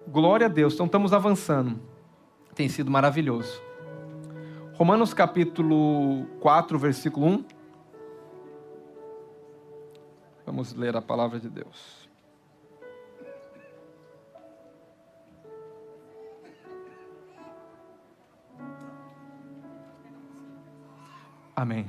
Glória a Deus. Então estamos avançando. Tem sido maravilhoso. Romanos capítulo 4, versículo 1. Vamos ler a palavra de Deus. Amém.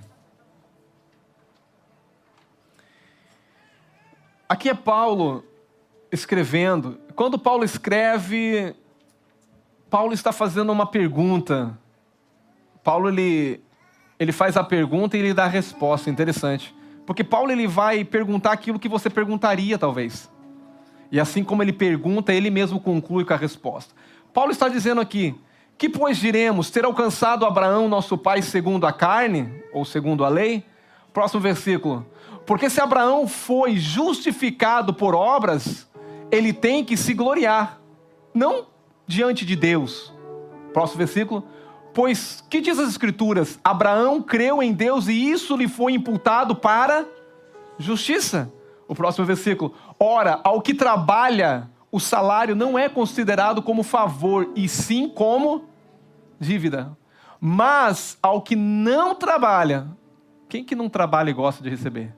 Aqui é Paulo escrevendo. Quando Paulo escreve, Paulo está fazendo uma pergunta. Paulo ele faz a pergunta e ele dá a resposta. Interessante. Porque Paulo ele vai perguntar aquilo que você perguntaria, talvez. E assim como ele pergunta, ele mesmo conclui com a resposta. Paulo está dizendo aqui: que pois diremos, ter alcançado Abraão, nosso pai, segundo a carne, ou segundo a lei? Próximo versículo. Porque se Abraão foi justificado por obras, ele tem que se gloriar, não diante de Deus. Próximo versículo. Pois, que diz as Escrituras? Abraão creu em Deus e isso lhe foi imputado para justiça. O próximo versículo. Ora, ao que trabalha, o salário não é considerado como favor, e sim como dívida. Mas ao que não trabalha, quem que não trabalha e gosta de receber?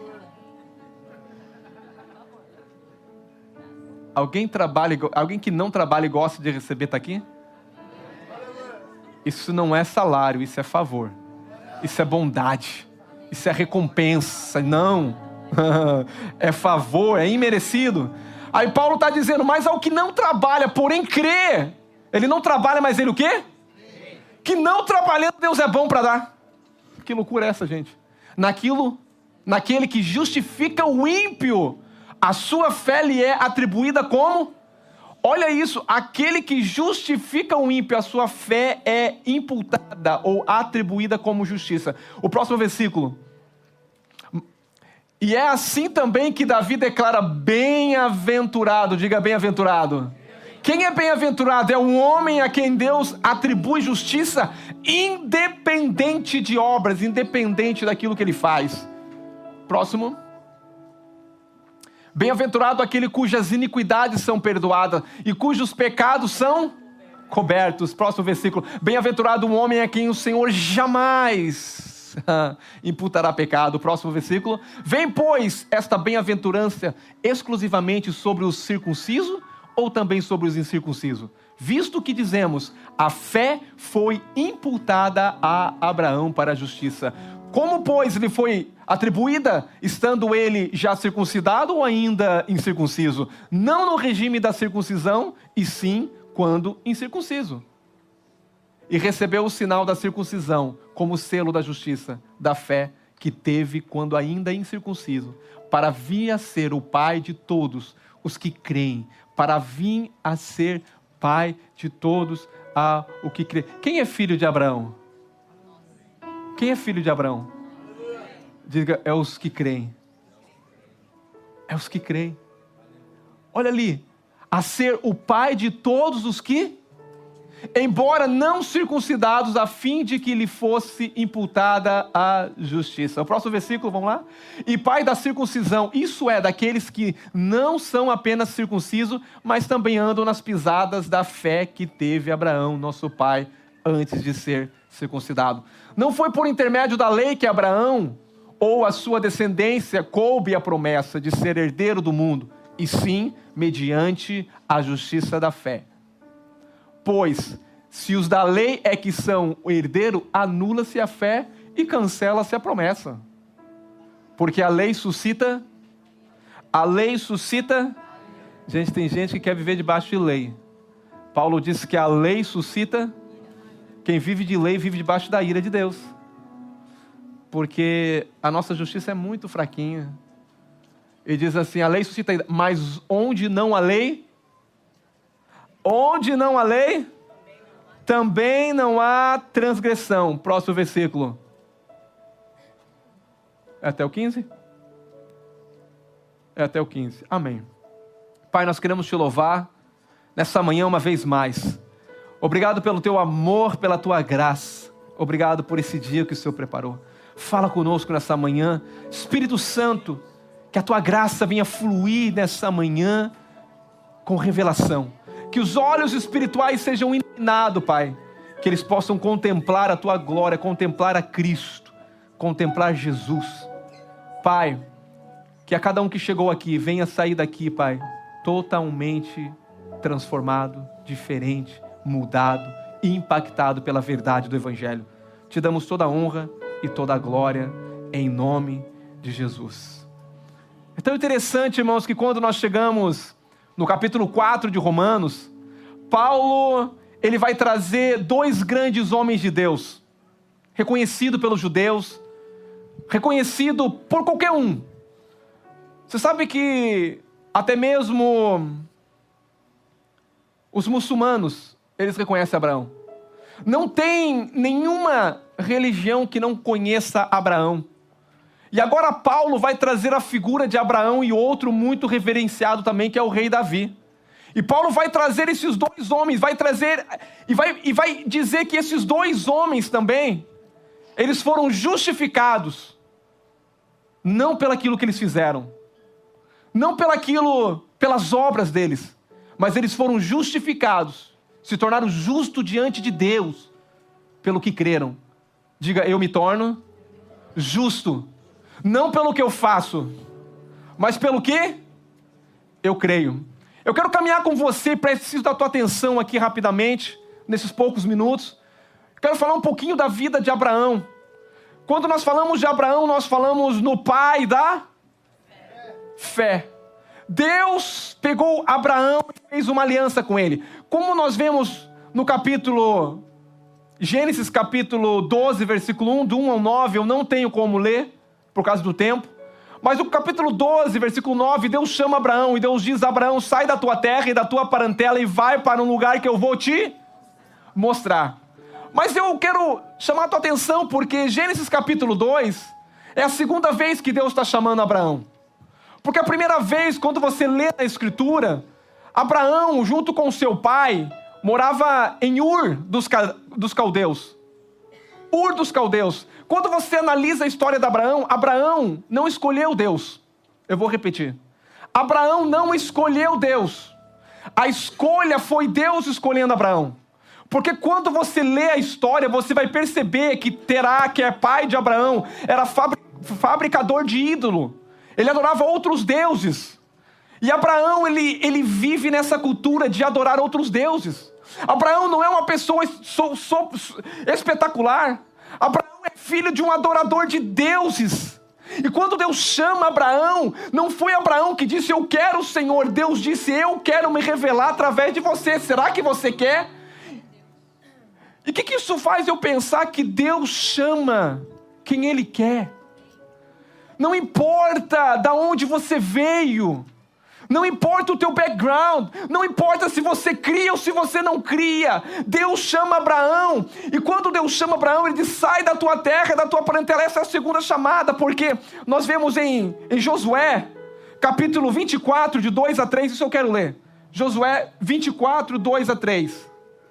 Alguém que não trabalha e gosta de receber está aqui? Isso não é salário, isso é favor. Isso é bondade. Isso é recompensa. Não. É favor, é imerecido. Aí Paulo está dizendo, mas ao que não trabalha, porém crê. Ele não trabalha, mas ele o quê? Que não trabalhando, Deus é bom para dar. Que loucura é essa, gente? Naquele que justifica o ímpio, a sua fé lhe é atribuída como? Olha isso, aquele que justifica o ímpio, a sua fé é imputada ou atribuída como justiça. O próximo versículo. E é assim também que Davi declara bem-aventurado. Diga bem-aventurado. Quem é bem-aventurado? É um homem a quem Deus atribui justiça, independente de obras, independente daquilo que ele faz. Próximo. Bem-aventurado aquele cujas iniquidades são perdoadas e cujos pecados são cobertos. Próximo versículo. Bem-aventurado o homem a quem o Senhor jamais imputará pecado. Próximo versículo. Vem, pois, esta bem-aventurança exclusivamente sobre os circuncisos ou também sobre os incircuncisos? Visto que dizemos, a fé foi imputada a Abraão para a justiça. Como, pois, lhe foi atribuída, estando ele já circuncidado ou ainda incircunciso? Não no regime da circuncisão, e sim quando incircunciso. E recebeu o sinal da circuncisão como selo da justiça, da fé que teve quando ainda incircunciso, para vir a ser o pai de todos os que creem, para vir a ser pai de todos o que creem. Quem é filho de Abraão? Quem é filho de Abraão? Diga, é os que creem. É os que creem. Olha ali, a ser o pai de todos os que, embora não circuncidados, a fim de que lhe fosse imputada a justiça. O próximo versículo, vamos lá? E pai da circuncisão, isso é, daqueles que não são apenas circuncisos, mas também andam nas pisadas da fé que teve Abraão, nosso pai, antes de ser circuncidado. Não foi por intermédio da lei que Abraão ou a sua descendência coube a promessa de ser herdeiro do mundo, e sim mediante a justiça da fé. Pois, se os da lei é que são o herdeiro, anula-se a fé e cancela-se a promessa. Porque a lei suscita... Gente, tem gente que quer viver debaixo de lei. Paulo disse que a lei suscita... Quem vive de lei vive debaixo da ira de Deus. Porque a nossa justiça é muito fraquinha. Ele diz assim, a lei suscita ira, mas onde não há lei, também não há transgressão. Próximo versículo. É até o 15? É até o 15. Amém. Pai, nós queremos te louvar nessa manhã uma vez mais. Obrigado pelo teu amor, pela tua graça. Obrigado por esse dia que o Senhor preparou. Fala conosco nessa manhã. Espírito Santo, que a tua graça venha fluir nessa manhã com revelação. Que os olhos espirituais sejam iluminados, Pai. Que eles possam contemplar a Tua glória, contemplar a Cristo, contemplar Jesus. Pai, que a cada um que chegou aqui, venha sair daqui, Pai, totalmente transformado, diferente, mudado, impactado pela verdade do Evangelho. Te damos toda a honra e toda a glória, em nome de Jesus. É tão interessante, irmãos, que quando nós chegamos no capítulo 4 de Romanos, Paulo, ele vai trazer dois grandes homens de Deus, reconhecido pelos judeus, reconhecido por qualquer um. Você sabe que até mesmo os muçulmanos, eles reconhecem Abraão. Não tem nenhuma religião que não conheça Abraão. E agora Paulo vai trazer a figura de Abraão e outro muito reverenciado também, que é o rei Davi. E Paulo vai trazer esses dois homens, vai trazer e vai dizer que esses dois homens também, eles foram justificados, não pelaquilo que eles fizeram, não pelas obras deles, mas eles foram justificados, se tornaram justos diante de Deus, pelo que creram. Diga, eu me torno justo, não pelo que eu faço, mas pelo que eu creio. Eu quero caminhar com você, preciso da tua atenção aqui rapidamente, nesses poucos minutos. Quero falar um pouquinho da vida de Abraão. Quando nós falamos de Abraão, nós falamos no pai da fé. Deus pegou Abraão e fez uma aliança com ele. Como nós vemos no Gênesis capítulo 12, versículo 1, do 1 ao 9, eu não tenho como ler, por causa do tempo. Mas no capítulo 12, versículo 9, Deus chama Abraão e Deus diz: Abraão, sai da tua terra e da tua parentela e vai para um lugar que eu vou te mostrar. Mas eu quero chamar a tua atenção porque Gênesis capítulo 2 é a segunda vez que Deus está chamando Abraão. Porque a primeira vez, quando você lê na Escritura, Abraão, junto com seu pai, morava em Ur dos Caldeus. Ur dos Caldeus. Quando você analisa a história de Abraão, Abraão não escolheu Deus. Eu vou repetir. Abraão não escolheu Deus. A escolha foi Deus escolhendo Abraão. Porque quando você lê a história, você vai perceber que Terá, que é pai de Abraão, era fabricador de ídolo. Ele adorava outros deuses. E Abraão, ele vive nessa cultura de adorar outros deuses. Abraão não é uma pessoa espetacular. Abraão é filho de um adorador de deuses. E quando Deus chama Abraão, não foi Abraão que disse, eu quero o Senhor. Deus disse, eu quero me revelar através de você. Será que você quer? E o que isso faz eu pensar que Deus chama quem Ele quer? Não importa de onde você veio. Não importa o teu background, não importa se você cria ou se você não cria, Deus chama Abraão, e quando Deus chama Abraão, Ele diz, sai da tua terra, da tua parentela. Essa é a segunda chamada, porque nós vemos em Josué, capítulo 24, de 2 a 3, isso eu quero ler, Josué 24, 2 a 3.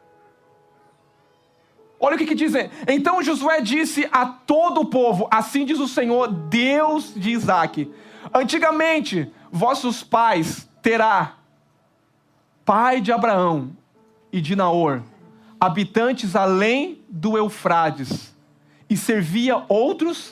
Olha o que diz. Então Josué disse a todo o povo, assim diz o Senhor, Deus de Isaque, antigamente, vossos pais, Terá, pai de Abraão e de Naor, habitantes além do Eufrades, e servia outros.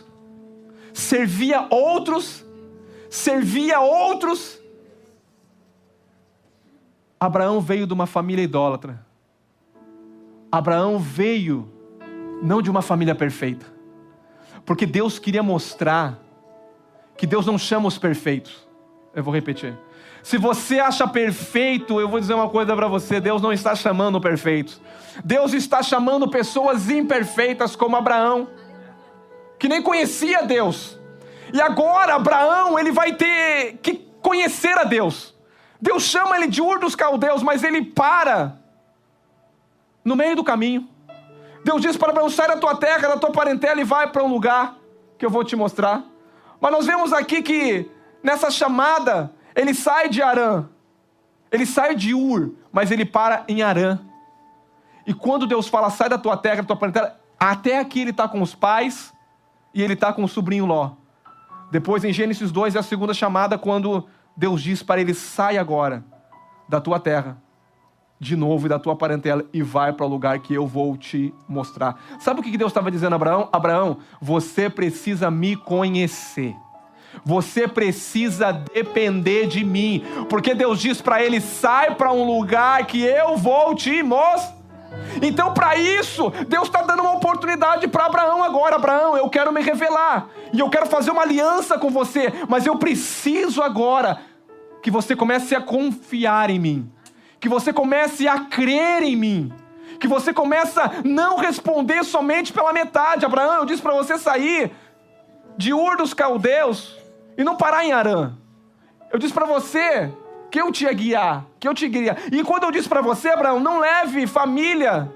Abraão veio de uma família idólatra. Abraão veio não de uma família perfeita, porque Deus queria mostrar que Deus não chama os perfeitos. Eu vou repetir. Se você acha perfeito, eu vou dizer uma coisa para você, Deus não está chamando perfeitos. Deus está chamando pessoas imperfeitas como Abraão, que nem conhecia Deus. E agora Abraão, ele vai ter que conhecer a Deus. Deus chama ele de Ur dos Caldeus, mas ele para no meio do caminho. Deus diz para Abraão, sai da tua terra, da tua parentela e vai para um lugar que eu vou te mostrar. Mas nós vemos aqui que nessa chamada, ele sai de Arã. Ele sai de Ur, mas ele para em Arã. E quando Deus fala, sai da tua terra, da tua parentela, até aqui ele está com os pais e ele está com o sobrinho Ló. Depois em Gênesis 2 é a segunda chamada, quando Deus diz para ele, sai agora da tua terra, de novo e da tua parentela e vai para o lugar que eu vou te mostrar. Sabe o que Deus estava dizendo a Abraão? Abraão, você precisa me conhecer. Você precisa depender de mim. Porque Deus diz para ele, sai para um lugar que eu vou te mostrar. Então, para isso, Deus está dando uma oportunidade para Abraão agora. Abraão, eu quero me revelar. E eu quero fazer uma aliança com você. Mas eu preciso agora que você comece a confiar em mim. Que você comece a crer em mim. Que você comece a não responder somente pela metade. Abraão, eu disse para você sair de Ur dos Caldeus e não parar em Harã. Eu disse para você que eu te ia guiar, que eu te guiaria. E quando eu disse para você, Abraão, não leve família.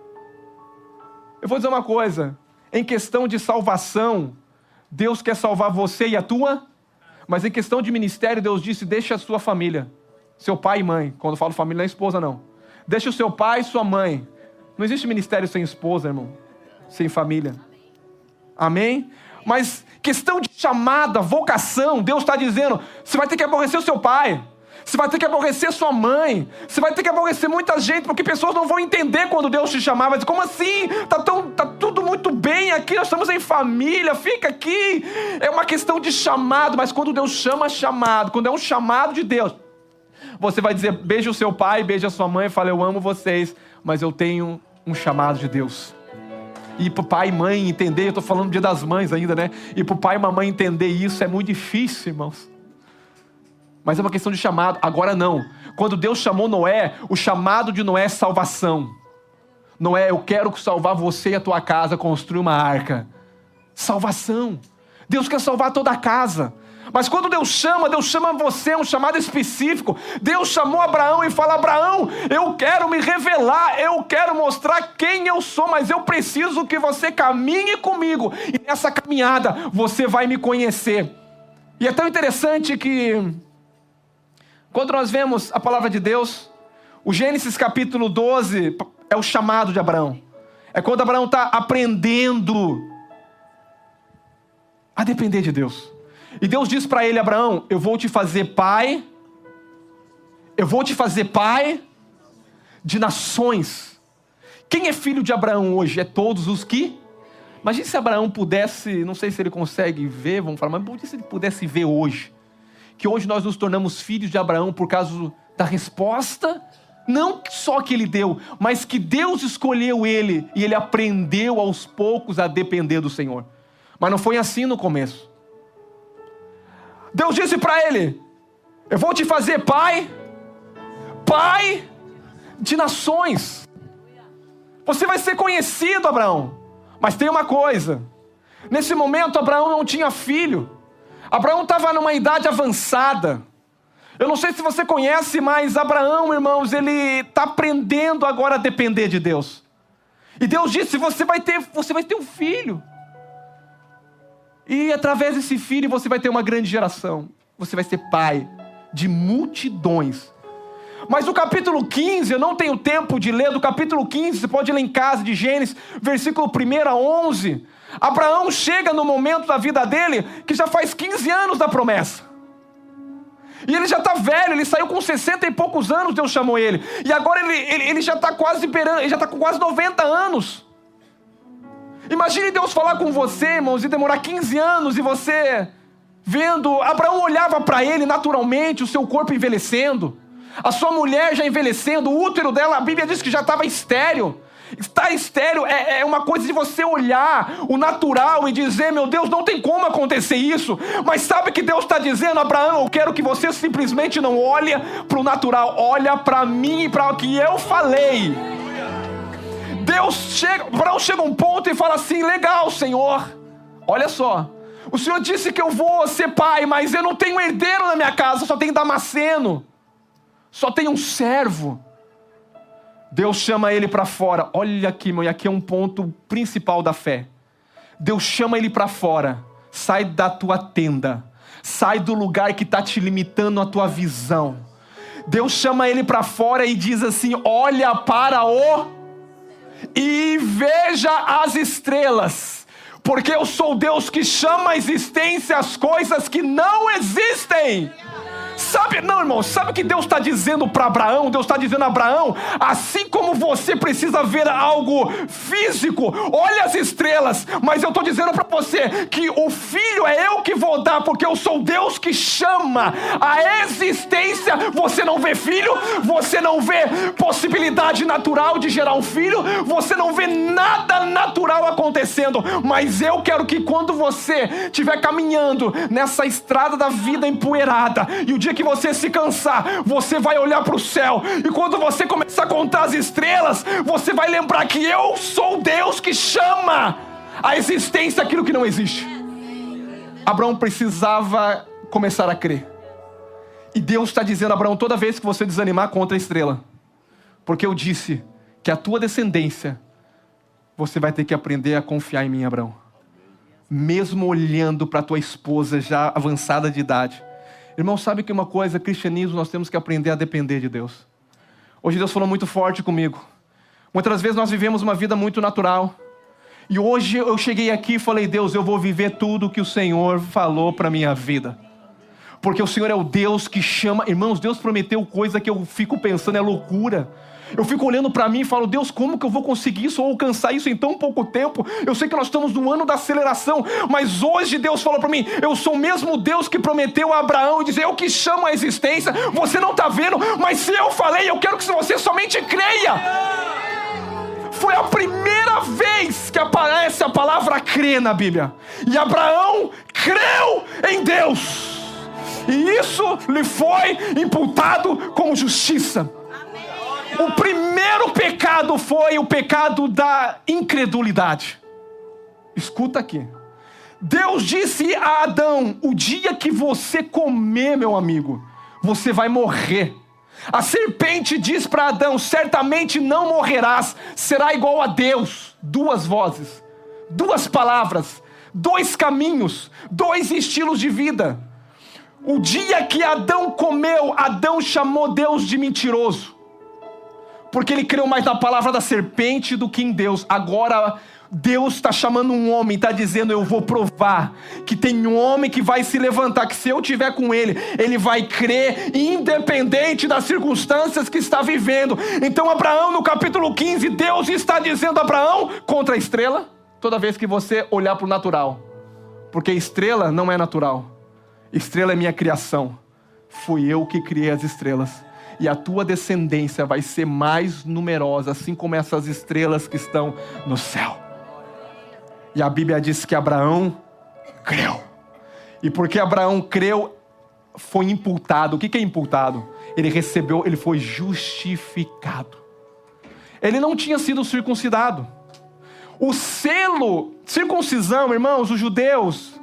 Eu vou dizer uma coisa. Em questão de salvação, Deus quer salvar você e a tua. Mas em questão de ministério, Deus disse, deixa a sua família. Seu pai e mãe. Quando eu falo família, não é esposa, não. Deixa o seu pai e sua mãe. Não existe ministério sem esposa, irmão. Sem família. Amém? Mas questão de chamada, vocação, Deus está dizendo, você vai ter que aborrecer o seu pai. Você vai ter que aborrecer sua mãe. Você vai ter que aborrecer muita gente, porque pessoas não vão entender quando Deus te chamar. Vai dizer, como assim? Tá tudo muito bem aqui, nós estamos em família, fica aqui. É uma questão de chamado, mas quando Deus chama, chamado. Quando é um chamado de Deus, você vai dizer, beija o seu pai, beija a sua mãe, fala, eu amo vocês, mas eu tenho um chamado de Deus. E pro pai e mãe entender, eu estou falando do Dia das Mães ainda, né? E pro pai e mamãe entender isso é muito difícil, irmãos. Mas é uma questão de chamado. Agora não. Quando Deus chamou Noé, o chamado de Noé é salvação. Noé, eu quero salvar você e a tua casa, construir uma arca. Salvação. Deus quer salvar toda a casa. Mas quando Deus chama você, é um chamado específico. Deus chamou Abraão e fala, Abraão, eu quero me revelar, eu quero mostrar quem eu sou, mas eu preciso que você caminhe comigo. E nessa caminhada, você vai me conhecer. E é tão interessante que, quando nós vemos a palavra de Deus, o Gênesis capítulo 12 é o chamado de Abraão. É quando Abraão está aprendendo a depender de Deus. E Deus diz para ele, Abraão, eu vou te fazer pai de nações. Quem é filho de Abraão hoje? É todos os que... Imagina se Abraão pudesse, não sei se ele consegue ver, vamos falar, mas imagina se ele pudesse ver hoje. Que hoje nós nos tornamos filhos de Abraão por causa da resposta, não só que ele deu, mas que Deus escolheu ele e ele aprendeu aos poucos a depender do Senhor. Mas não foi assim no começo. Deus disse para ele, eu vou te fazer pai de nações. Você vai ser conhecido, Abraão. Mas tem uma coisa, nesse momento Abraão não tinha filho. Abraão estava numa idade avançada. Eu não sei se você conhece, mas Abraão, irmãos, ele está aprendendo agora a depender de Deus. E Deus disse, você vai ter um filho. E através desse filho você vai ter uma grande geração. Você vai ser pai de multidões. Mas o capítulo 15, eu não tenho tempo de ler, do capítulo 15, você pode ler em casa, de Gênesis, versículo 1 a 11. Abraão chega no momento da vida dele, que já faz 15 anos da promessa. E ele já está velho, ele saiu com 60 e poucos anos, Deus chamou ele. E agora ele já está quase beirando, ele já está com quase 90 anos. Imagine Deus falar com você, irmãos, e demorar 15 anos, e você vendo, Abraão olhava para ele naturalmente, o seu corpo envelhecendo, a sua mulher já envelhecendo, o útero dela, a Bíblia diz que já estava estéril. Estar estéril é uma coisa de você olhar o natural e dizer, meu Deus, não tem como acontecer isso. Mas sabe que Deus está dizendo, Abraão, eu quero que você simplesmente não olhe para o natural, olha para mim e para o que eu falei. Abraão chega a um ponto e fala assim, legal, Senhor, olha só, o Senhor disse que eu vou ser pai, mas eu não tenho herdeiro na minha casa, só tenho Damasceno, só tenho um servo. Deus chama ele para fora, olha aqui, irmão, e aqui é um ponto principal da fé. Deus chama ele para fora, sai da tua tenda, sai do lugar que está te limitando a tua visão. Deus chama ele para fora e diz assim, olha para e veja as estrelas, porque eu sou Deus que chama à existência as coisas que não existem. Não, irmão, sabe o que Deus está dizendo para Abraão? Deus está dizendo a Abraão, assim como você precisa ver algo físico, olha as estrelas, mas eu estou dizendo para você que o filho é eu que vou dar, porque eu sou Deus que chama a existência. Você não vê filho, você não vê possibilidade natural de gerar um filho, você não vê nada natural acontecendo, mas eu quero que quando você estiver caminhando nessa estrada da vida empoeirada, e o dia que você se cansar, você vai olhar para o céu, e quando você começar a contar as estrelas, você vai lembrar que eu sou Deus que chama a existência aquilo que não existe. Abraão precisava começar a crer, e Deus está dizendo a Abraão, toda vez que você desanimar, contra a estrela, porque eu disse que a tua descendência, você vai ter que aprender a confiar em mim, Abraão, mesmo olhando para a tua esposa já avançada de idade. Irmão, sabe que uma coisa, cristianismo, nós temos que aprender a depender de Deus. Hoje Deus falou muito forte comigo. Muitas vezes nós vivemos uma vida muito natural, e hoje eu cheguei aqui e falei, Deus, eu vou viver tudo que o Senhor falou para a minha vida, porque o Senhor é o Deus que chama. Irmãos, Deus prometeu coisa que eu fico pensando, é loucura. Eu fico olhando para mim e falo, Deus, como que eu vou conseguir isso ou alcançar isso em tão pouco tempo? Eu sei que nós estamos no ano da aceleração, mas hoje Deus falou para mim, eu sou o mesmo Deus que prometeu a Abraão e dizer, eu que chamo a existência, você não está vendo, mas se eu falei, eu quero que você somente creia. Foi a primeira vez que aparece a palavra crer na Bíblia, e Abraão creu em Deus, e isso lhe foi imputado como justiça. O primeiro pecado foi o pecado da incredulidade. Escuta aqui. Deus disse a Adão, o dia que você comer, meu amigo, você vai morrer. A serpente diz para Adão, certamente não morrerás, será igual a Deus. Duas vozes, duas palavras, dois caminhos, dois estilos de vida. O dia que Adão comeu, Adão chamou Deus de mentiroso, porque ele creu mais na palavra da serpente do que em Deus. Agora Deus está chamando um homem, está dizendo, eu vou provar que tem um homem que vai se levantar, que se eu estiver com ele, ele vai crer independente das circunstâncias que está vivendo. Então Abraão, no capítulo 15, Deus está dizendo a Abraão, contra a estrela, toda vez que você olhar para o natural, porque estrela não é natural, estrela é minha criação, fui eu que criei as estrelas, e a tua descendência vai ser mais numerosa, assim como essas estrelas que estão no céu. E a Bíblia diz que Abraão creu, e porque Abraão creu, foi imputado. O que é imputado? Ele recebeu, ele foi justificado. Ele não tinha sido circuncidado. O selo, circuncisão, irmãos, os judeus,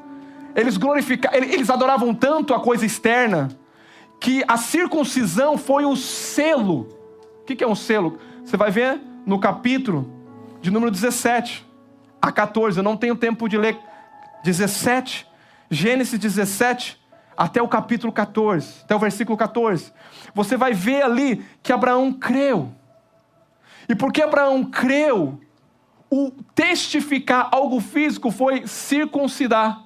eles adoravam tanto a coisa externa, que a circuncisão foi o selo. O que é um selo? Você vai ver no capítulo de número 17 a 14, eu não tenho tempo de ler 17, Gênesis 17, até o capítulo 14, até o versículo 14, você vai ver ali que Abraão creu, e porque Abraão creu, o testificar algo físico foi circuncidar.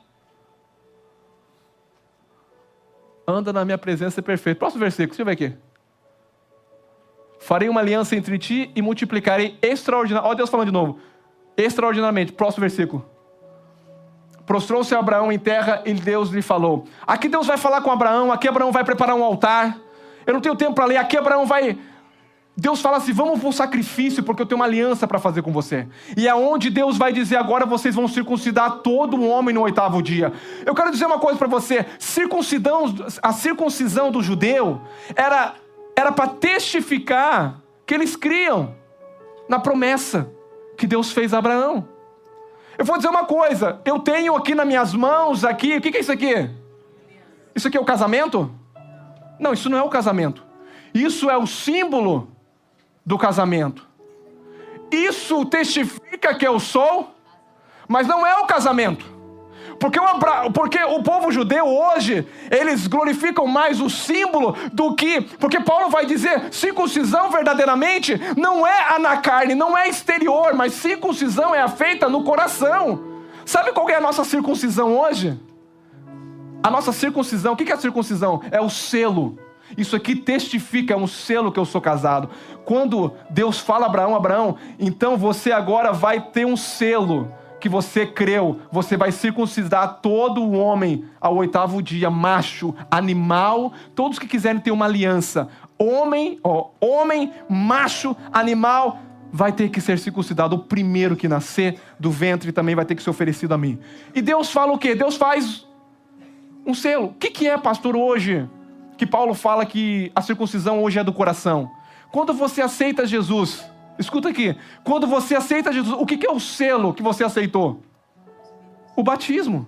Anda na minha presença perfeito. Próximo versículo, deixa eu ver aqui. Farei uma aliança entre ti e multiplicarei extraordinariamente. Olha Deus falando de novo. Extraordinariamente. Próximo versículo. Prostrou-se Abraão em terra e Deus lhe falou. Aqui Deus vai falar com Abraão. Aqui Abraão vai preparar um altar. Eu não tenho tempo para ler. Aqui Abraão vai... Deus fala assim, vamos para o sacrifício, porque eu tenho uma aliança para fazer com você. E é onde Deus vai dizer, agora vocês vão circuncidar todo um homem no 8º dia. Eu quero dizer uma coisa para você, a circuncisão do judeu era para testificar que eles criam na promessa que Deus fez a Abraão. Eu vou dizer uma coisa, eu tenho aqui nas minhas mãos, aqui, o que é isso aqui? Isso aqui é o casamento? Não, isso não é o casamento. Isso é o símbolo do casamento. Isso testifica que eu sou, mas não é o casamento. Porque o povo judeu hoje, eles glorificam mais o símbolo do que... Porque Paulo vai dizer, circuncisão verdadeiramente não é na carne, não é exterior, mas circuncisão é feita no coração. Sabe qual é a nossa circuncisão hoje? A nossa circuncisão, o que é a circuncisão? É o selo. Isso aqui testifica, é um selo que eu sou casado. Quando Deus fala a Abraão, Abraão, então você agora vai ter um selo que você creu. Você vai circuncidar todo o homem ao 8º dia, macho, animal, todos que quiserem ter uma aliança. Homem, macho, animal, vai ter que ser circuncidado. O primeiro que nascer do ventre também vai ter que ser oferecido a mim. E Deus fala o quê? Deus faz um selo. O que é, pastor, hoje? Que Paulo fala que a circuncisão hoje é do coração. Quando você aceita Jesus, escuta aqui, quando você aceita Jesus, o que é o selo que você aceitou? O batismo.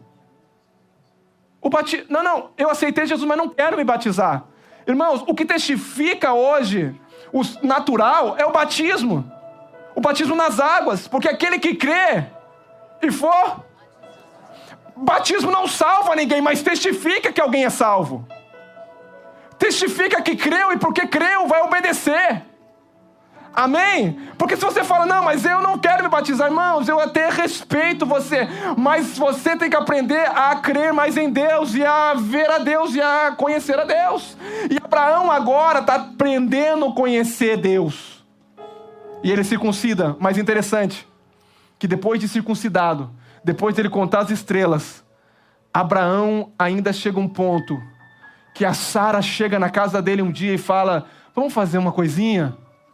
Não, eu aceitei Jesus, mas não quero me batizar. Irmãos, o que testifica hoje, o natural, é o batismo. O batismo nas águas, porque aquele que crê e for, batismo não salva ninguém, mas testifica que alguém é salvo. Testifica que creu e porque creu vai obedecer. Amém? Porque se você fala, não, mas eu não quero me batizar, irmãos, eu até respeito você, mas você tem que aprender a crer mais em Deus e a ver a Deus e a conhecer a Deus. E Abraão agora está aprendendo a conhecer Deus. E ele circuncida, mas interessante, que depois de circuncidado, depois dele contar as estrelas, Abraão ainda chega a um ponto que a Sara chega na casa dele um dia e fala, vamos fazer uma coisinha?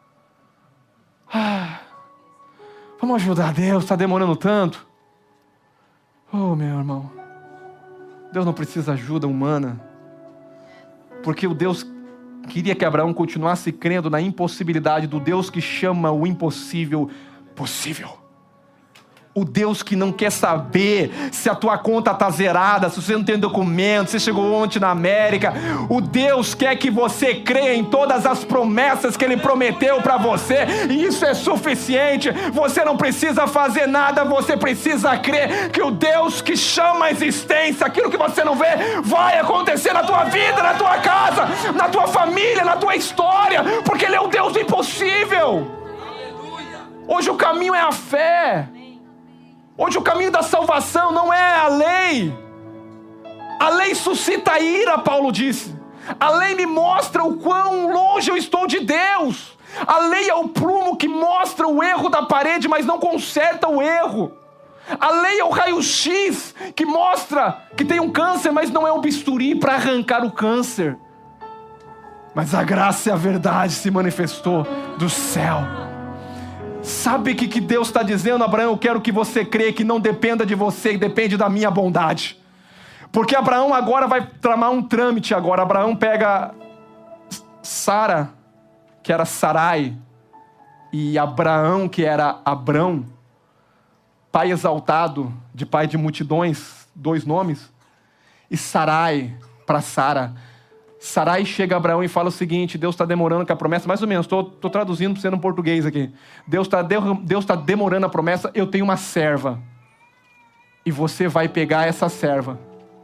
Vamos ajudar Deus, está demorando tanto. Oh, meu irmão, Deus não precisa de ajuda humana, porque o Deus queria que Abraão continuasse crendo na impossibilidade do Deus que chama o impossível possível. O Deus que não quer saber se a tua conta está zerada, se você não tem documento, se chegou ontem na América. O Deus quer que você creia em todas as promessas que Ele prometeu para você. E isso é suficiente. Você não precisa fazer nada, você precisa crer que o Deus que chama a existência, aquilo que você não vê, vai acontecer na tua vida, na tua casa, na tua família, na tua história. Porque Ele é o Deus do impossível. Hoje o caminho é a fé. Hoje o caminho da salvação não é a lei. A lei suscita ira, Paulo disse. A lei me mostra o quão longe eu estou de Deus. A lei é o prumo que mostra o erro da parede, mas não conserta o erro. A lei é o raio-x que mostra que tem um câncer, mas não é um bisturi para arrancar o câncer. Mas a graça e a verdade se manifestou do céu. Sabe o que Deus está dizendo, Abraão? Eu quero que você creia que não dependa de você, depende da minha bondade. Porque Abraão agora vai tramar um trâmite agora. Abraão pega Sara, que era Sarai, e Abraão, que era Abrão, pai exaltado, de pai de multidões, 2 nomes, e Sarai para Sara. Sarai chega a Abraão e fala o seguinte, Deus está demorando com a promessa, mais ou menos, estou traduzindo para você no português aqui. Deus está demorando a promessa, eu tenho uma serva. E você vai pegar essa serva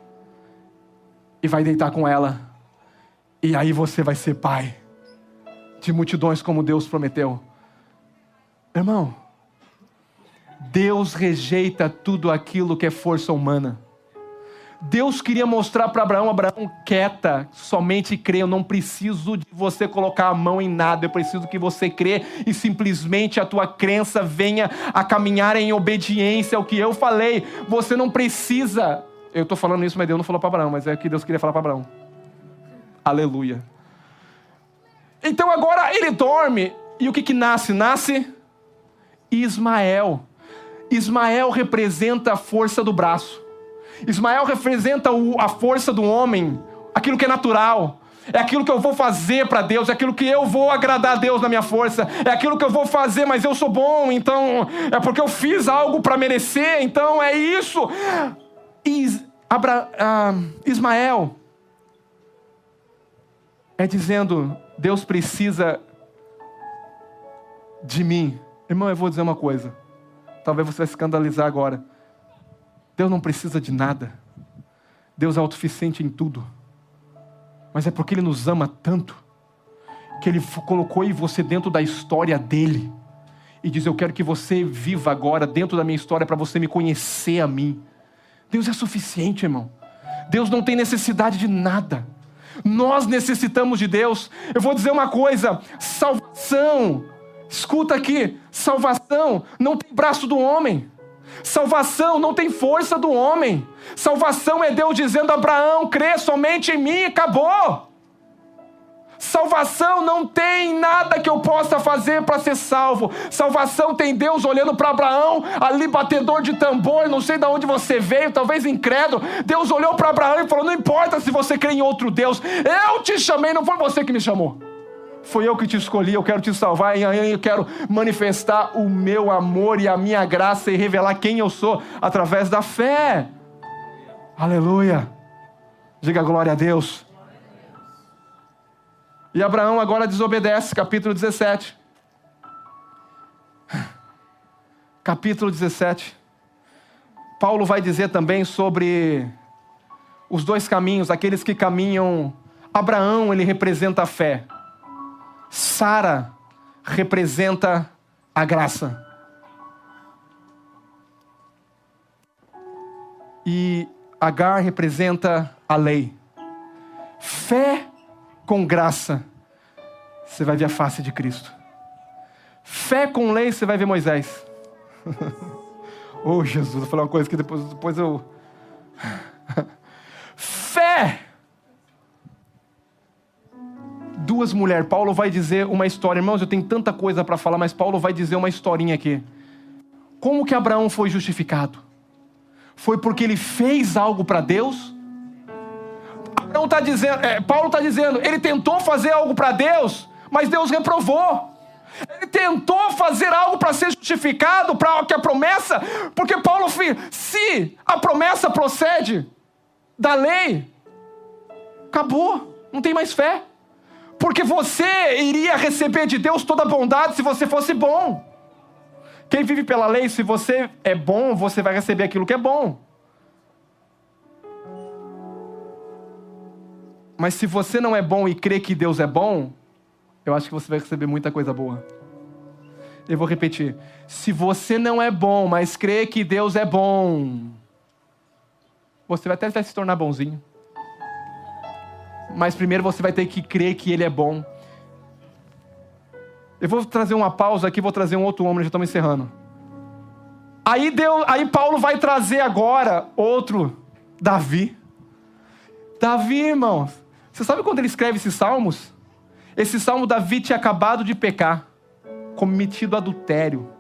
e vai deitar com ela. E aí você vai ser pai de multidões como Deus prometeu. Irmão, Deus rejeita tudo aquilo que é força humana. Deus queria mostrar para Abraão, quieta, somente crê, eu não preciso de você colocar a mão em nada, eu preciso que você crê e simplesmente a tua crença venha a caminhar em obediência ao que eu falei. Você não precisa, eu estou falando isso, mas Deus não falou para Abraão, mas é o que Deus queria falar para Abraão. Aleluia. Então agora ele dorme, e o que nasce? Nasce Ismael. Ismael representa a força do braço. Ismael representa a força do homem, aquilo que é natural, é aquilo que eu vou fazer para Deus, é aquilo que eu vou agradar a Deus na minha força, é aquilo que eu vou fazer, mas eu sou bom, então é porque eu fiz algo para merecer, então é isso. Ismael é dizendo, Deus precisa de mim. Irmão, eu vou dizer uma coisa, talvez você vai se escandalizar agora. Deus não precisa de nada. Deus é autossuficiente em tudo. Mas é porque Ele nos ama tanto, que Ele colocou você dentro da história dEle. E diz, eu quero que você viva agora dentro da minha história para você me conhecer a mim. Deus é suficiente, irmão. Deus não tem necessidade de nada. Nós necessitamos de Deus. Eu vou dizer uma coisa: salvação, escuta aqui, salvação não tem braço do homem. Salvação não tem força do homem. Salvação é Deus dizendo a Abraão: crê somente em mim e acabou. Salvação não tem nada que eu possa fazer para ser salvo. Salvação tem Deus olhando para Abraão, ali batedor de tambor, não sei de onde você veio, talvez incrédulo. Deus olhou para Abraão e falou: não importa se você crê em outro Deus, eu te chamei, não foi você que me chamou. Foi eu que te escolhi, eu quero te salvar e eu quero manifestar o meu amor e a minha graça e revelar quem eu sou através da fé. Aleluia. Diga glória a Deus. E Abraão agora desobedece, capítulo 17. Capítulo 17. Paulo vai dizer também sobre os dois caminhos, aqueles que caminham. Abraão, ele representa a fé. Sara representa a graça. E Agar representa a lei. Fé com graça, você vai ver a face de Cristo. Fé com lei, você vai ver Moisés. Oh, Jesus, vou falar uma coisa que depois eu... Fé. Duas mulheres. Paulo vai dizer uma história. Irmãos, eu tenho tanta coisa para falar, mas Paulo vai dizer uma historinha aqui. Como que Abraão foi justificado? Foi porque ele fez algo para Deus? Paulo está dizendo, ele tentou fazer algo para Deus, mas Deus reprovou. Ele tentou fazer algo para ser justificado, para que a promessa, porque Paulo, se a promessa procede da lei, acabou, não tem mais fé. Porque você iria receber de Deus toda a bondade se você fosse bom. Quem vive pela lei, se você é bom, você vai receber aquilo que é bom. Mas se você não é bom e crê que Deus é bom, eu acho que você vai receber muita coisa boa. Eu vou repetir. Se você não é bom, mas crê que Deus é bom, você vai até se tornar bonzinho. Mas primeiro você vai ter que crer que Ele é bom. Eu vou trazer uma pausa aqui, vou trazer um outro homem, já estamos encerrando. Aí Paulo vai trazer agora outro, Davi. Davi, irmãos, você sabe quando ele escreve esses salmos? Esse salmo, Davi tinha acabado de pecar, cometido adultério.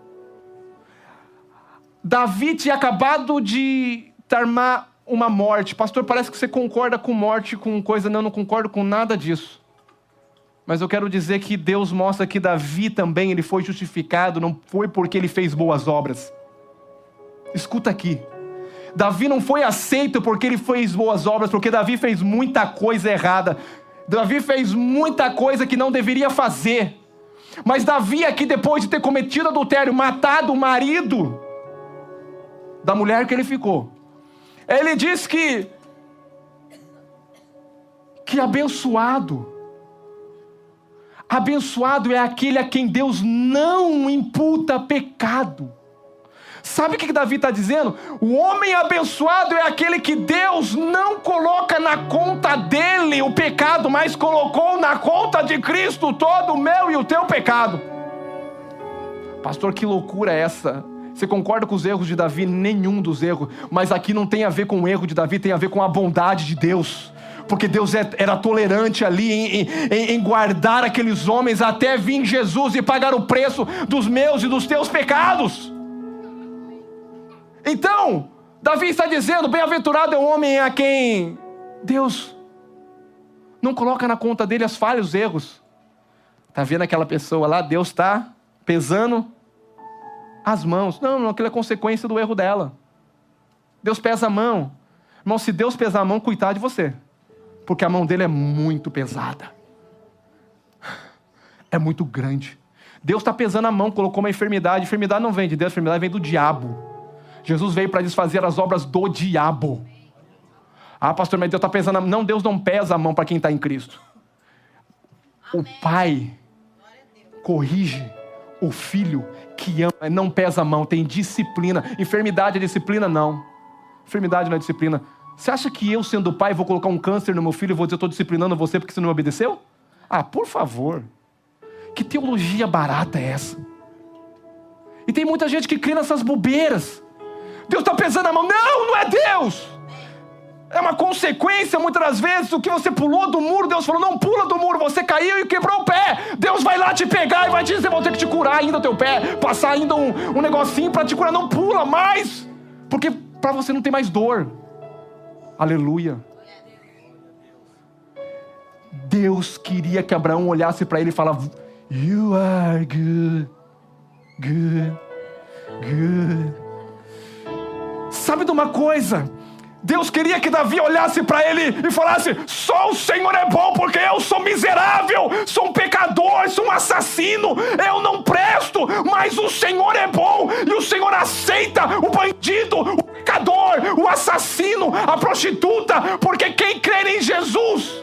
Davi tinha acabado de tramar uma morte. Pastor, parece que você concorda com morte, com coisa. Não concordo com nada disso. Mas eu quero dizer que Deus mostra que Davi também, ele foi justificado, não foi porque ele fez boas obras. Escuta aqui. Davi não foi aceito porque ele fez boas obras, porque Davi fez muita coisa errada. Davi fez muita coisa que não deveria fazer. Mas Davi aqui, depois de ter cometido adultério, matado o marido da mulher que ele ficou, ele diz que abençoado é aquele a quem Deus não imputa pecado. Sabe o que Davi está dizendo? O homem abençoado é aquele que Deus não coloca na conta dele o pecado, mas colocou na conta de Cristo todo o meu e o teu pecado. Pastor, que loucura é essa? Você concorda com os erros de Davi? Nenhum dos erros. Mas aqui não tem a ver com o erro de Davi, tem a ver com a bondade de Deus. Porque Deus era tolerante ali em guardar aqueles homens até vir Jesus e pagar o preço dos meus e dos teus pecados. Então, Davi está dizendo, bem-aventurado é o homem a quem Deus não coloca na conta dele as falhas, os erros. Está vendo aquela pessoa lá? Deus está pesando as mãos. Não, aquilo é consequência do erro dela. Deus pesa a mão. Irmão, se Deus pesar a mão, cuidado de você. Porque a mão dele é muito pesada. É muito grande. Deus está pesando a mão, colocou uma enfermidade. Enfermidade não vem de Deus, enfermidade vem do diabo. Jesus veio para desfazer as obras do diabo. Ah, pastor, mas Deus está pesando a mão. Não, Deus não pesa a mão para quem está em Cristo. O Pai corrige o Filho que ama, não pesa a mão, tem disciplina. Enfermidade é disciplina? Não. Enfermidade não é disciplina. Você acha que eu, sendo pai, vou colocar um câncer no meu filho e vou dizer, eu estou disciplinando você porque você não me obedeceu? Ah, por favor. Que teologia barata é essa? E tem muita gente que crê nessas bobeiras. Deus está pesando a mão. Não, não é Deus. É uma consequência, muitas das vezes, do que você pulou do muro. Deus falou, não pula do muro, você caiu e quebrou o pé. Deus vai lá te pegar e vai te dizer, vou ter que te curar ainda o teu pé, passar ainda um negocinho para te curar. Não pula mais, porque para você não ter mais dor. Aleluia. Deus queria que Abraão olhasse para ele e falasse, you are good, good, good. Sabe de uma coisa? Deus queria que Davi olhasse para ele e falasse, só o Senhor é bom, porque eu sou miserável, sou um pecador, sou um assassino, eu não presto, mas o Senhor é bom, e o Senhor aceita o bandido, o pecador, o assassino, a prostituta, porque quem crê em Jesus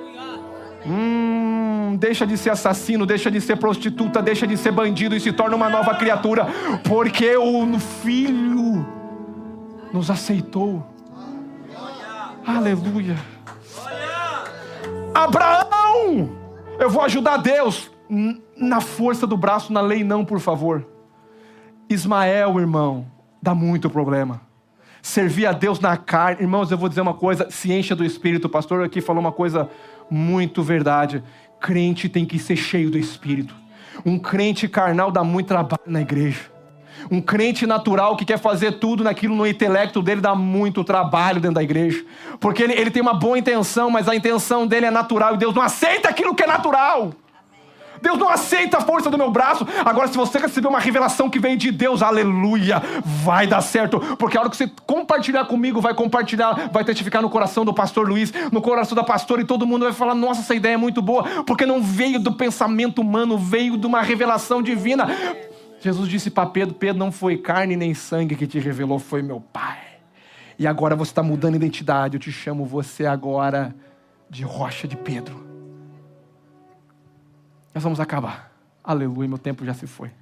deixa de ser assassino, deixa de ser prostituta, deixa de ser bandido e se torna uma nova criatura, porque o Filho nos aceitou. Aleluia. Abraão, eu vou ajudar Deus na força do braço, na lei não, por favor. Ismael, irmão, dá muito problema. Servir a Deus na carne. Irmãos, eu vou dizer uma coisa, se encha do Espírito. O pastor aqui falou uma coisa muito verdade. Crente tem que ser cheio do Espírito. Um crente carnal dá muito trabalho na igreja. Um crente natural que quer fazer tudo naquilo no intelecto dele dá muito trabalho dentro da igreja. Porque ele tem uma boa intenção, mas a intenção dele é natural. E Deus não aceita aquilo que é natural. Deus não aceita a força do meu braço. Agora, se você receber uma revelação que vem de Deus, aleluia, vai dar certo. Porque a hora que você compartilhar comigo, vai testificar no coração do pastor Luiz, no coração da pastora, e todo mundo vai falar, nossa, essa ideia é muito boa. Porque não veio do pensamento humano, veio de uma revelação divina. Jesus disse para Pedro, Pedro, não foi carne nem sangue que te revelou, foi meu Pai. E agora você está mudando a identidade, eu te chamo você agora de rocha de Pedro. Nós vamos acabar. Aleluia, meu tempo já se foi.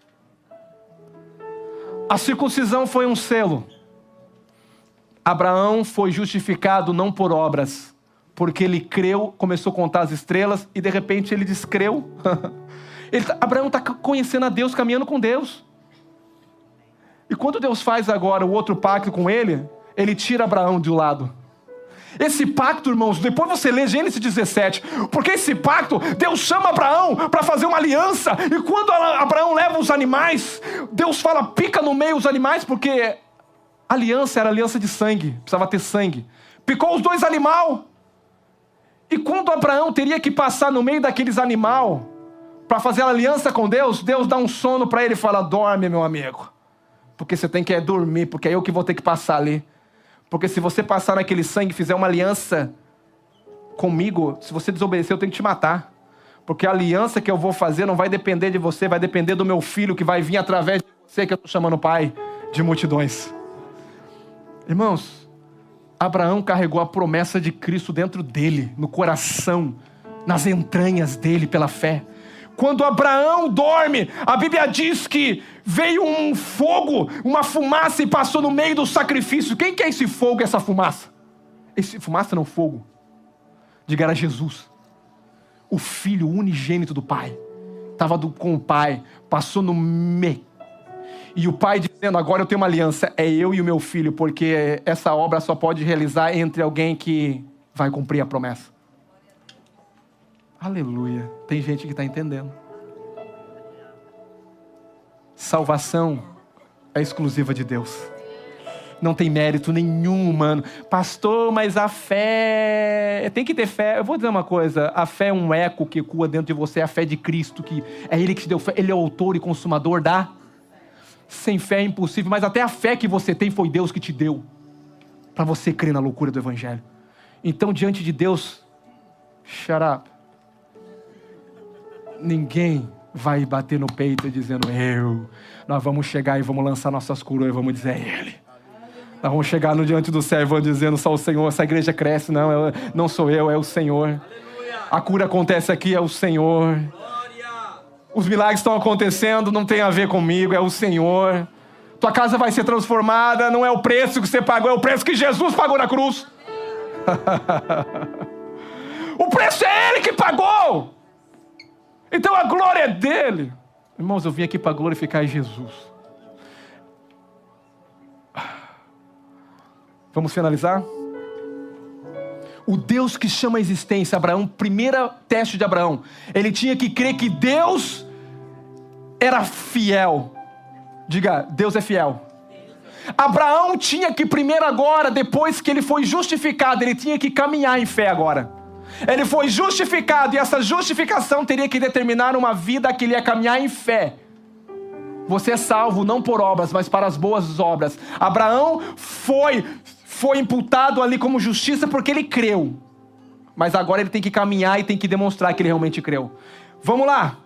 A circuncisão foi um selo. Abraão foi justificado não por obras, porque ele creu, começou a contar as estrelas e de repente ele descreu. Abraão está conhecendo a Deus, caminhando com Deus. E quando Deus faz agora o outro pacto com ele, ele tira Abraão de um lado. Esse pacto, irmãos, depois você lê Gênesis 17, porque esse pacto, Deus chama Abraão para fazer uma aliança, e quando Abraão leva os animais, Deus fala, pica no meio os animais, porque a aliança era aliança de sangue, precisava ter sangue. Picou os dois animais, e quando Abraão teria que passar no meio daqueles animais, para fazer a aliança com Deus, Deus dá um sono para ele e fala, dorme, meu amigo, porque você tem que dormir, porque é eu que vou ter que passar ali. Porque se você passar naquele sangue e fizer uma aliança comigo, se você desobedecer, eu tenho que te matar. Porque a aliança que eu vou fazer não vai depender de você, vai depender do meu filho que vai vir através de você, que eu estou chamando pai de multidões. Irmãos, Abraão carregou a promessa de Cristo dentro dele, no coração, nas entranhas dele pela fé. Quando Abraão dorme, a Bíblia diz que veio um fogo, uma fumaça e passou no meio do sacrifício. Quem que é esse fogo, essa fumaça? Fumaça não, fogo. Diga, era Jesus. O Filho unigênito do Pai. Estava com o Pai, passou no meio. E o Pai dizendo, agora eu tenho uma aliança, é eu e o meu filho, porque essa obra só pode realizar entre alguém que vai cumprir a promessa. Aleluia. Tem gente que está entendendo. Salvação é exclusiva de Deus. Não tem mérito nenhum humano. Pastor, mas a fé... Tem que ter fé. Eu vou dizer uma coisa. A fé é um eco que ecoa dentro de você. A fé de Cristo, que é Ele que te deu fé. Ele é o autor e consumador da... Sem fé é impossível. Mas até a fé que você tem foi Deus que te deu. Para você crer na loucura do Evangelho. Então, diante de Deus... Shut up. Ninguém vai bater no peito dizendo, nós vamos chegar e vamos lançar nossas coroas e vamos dizer, é Ele. Nós vamos chegar no diante do céu e vamos dizendo, só o Senhor, essa igreja cresce, não sou eu, é o Senhor. A cura acontece aqui, é o Senhor. Os milagres estão acontecendo, não tem a ver comigo, é o Senhor. Tua casa vai ser transformada. Não é o preço que você pagou, é o preço que Jesus pagou na cruz. O preço é Ele que pagou. Então a glória é dele. Irmãos, eu vim aqui para glorificar Jesus. Vamos finalizar? O Deus que chama a existência, Abraão, primeiro teste de Abraão, ele tinha que crer que Deus era fiel. Diga, Deus é fiel. Abraão tinha que primeiro agora, depois que ele foi justificado, ele tinha que caminhar em fé agora. Ele foi justificado e essa justificação teria que determinar uma vida que ele ia caminhar em fé. Você é salvo não por obras, mas para as boas obras. Abraão foi imputado ali como justiça porque ele creu. Mas agora ele tem que caminhar e tem que demonstrar que ele realmente creu. Vamos lá.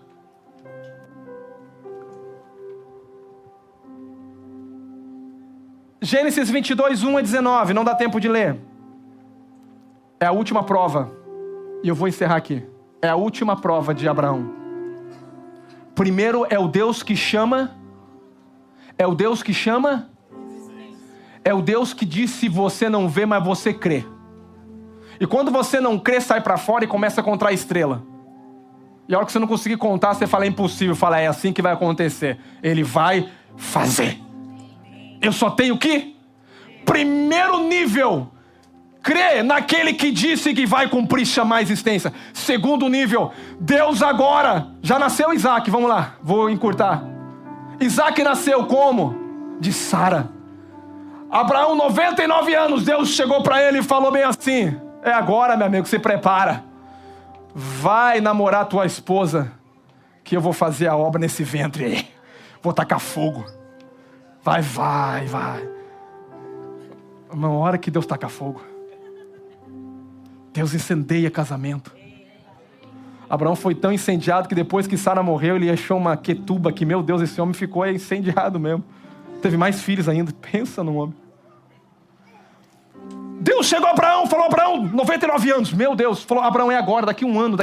Gênesis 22, 1 a 19. Não dá tempo de ler. É a última prova. E eu vou encerrar aqui. É a última prova de Abraão. Primeiro é o Deus que chama. É o Deus que chama. É o Deus que diz se você não vê, mas você crê. E quando você não crê, sai para fora e começa a contar a estrela. E a hora que você não conseguir contar, você fala, é impossível. Fala, é assim que vai acontecer. Ele vai fazer. Eu só tenho que, primeiro nível, crer naquele que disse que vai cumprir, chamar a existência. Segundo nível, Deus agora, já nasceu Isaac, vamos lá, vou encurtar. Isaac nasceu como? De Sara. Abraão, 99 anos, Deus chegou para ele e falou bem assim, é agora, meu amigo, se prepara. Vai namorar tua esposa, que eu vou fazer a obra nesse ventre aí. Vou tacar fogo. Vai. Uma hora que Deus taca fogo. Deus incendeia casamento. Abraão foi tão incendiado que depois que Sara morreu, ele achou uma quetuba que, meu Deus, esse homem ficou incendiado mesmo. Teve mais filhos ainda. Pensa no homem. Deus chegou a Abraão, falou, Abraão, 99 anos. Meu Deus, falou, Abraão, é agora, daqui um ano.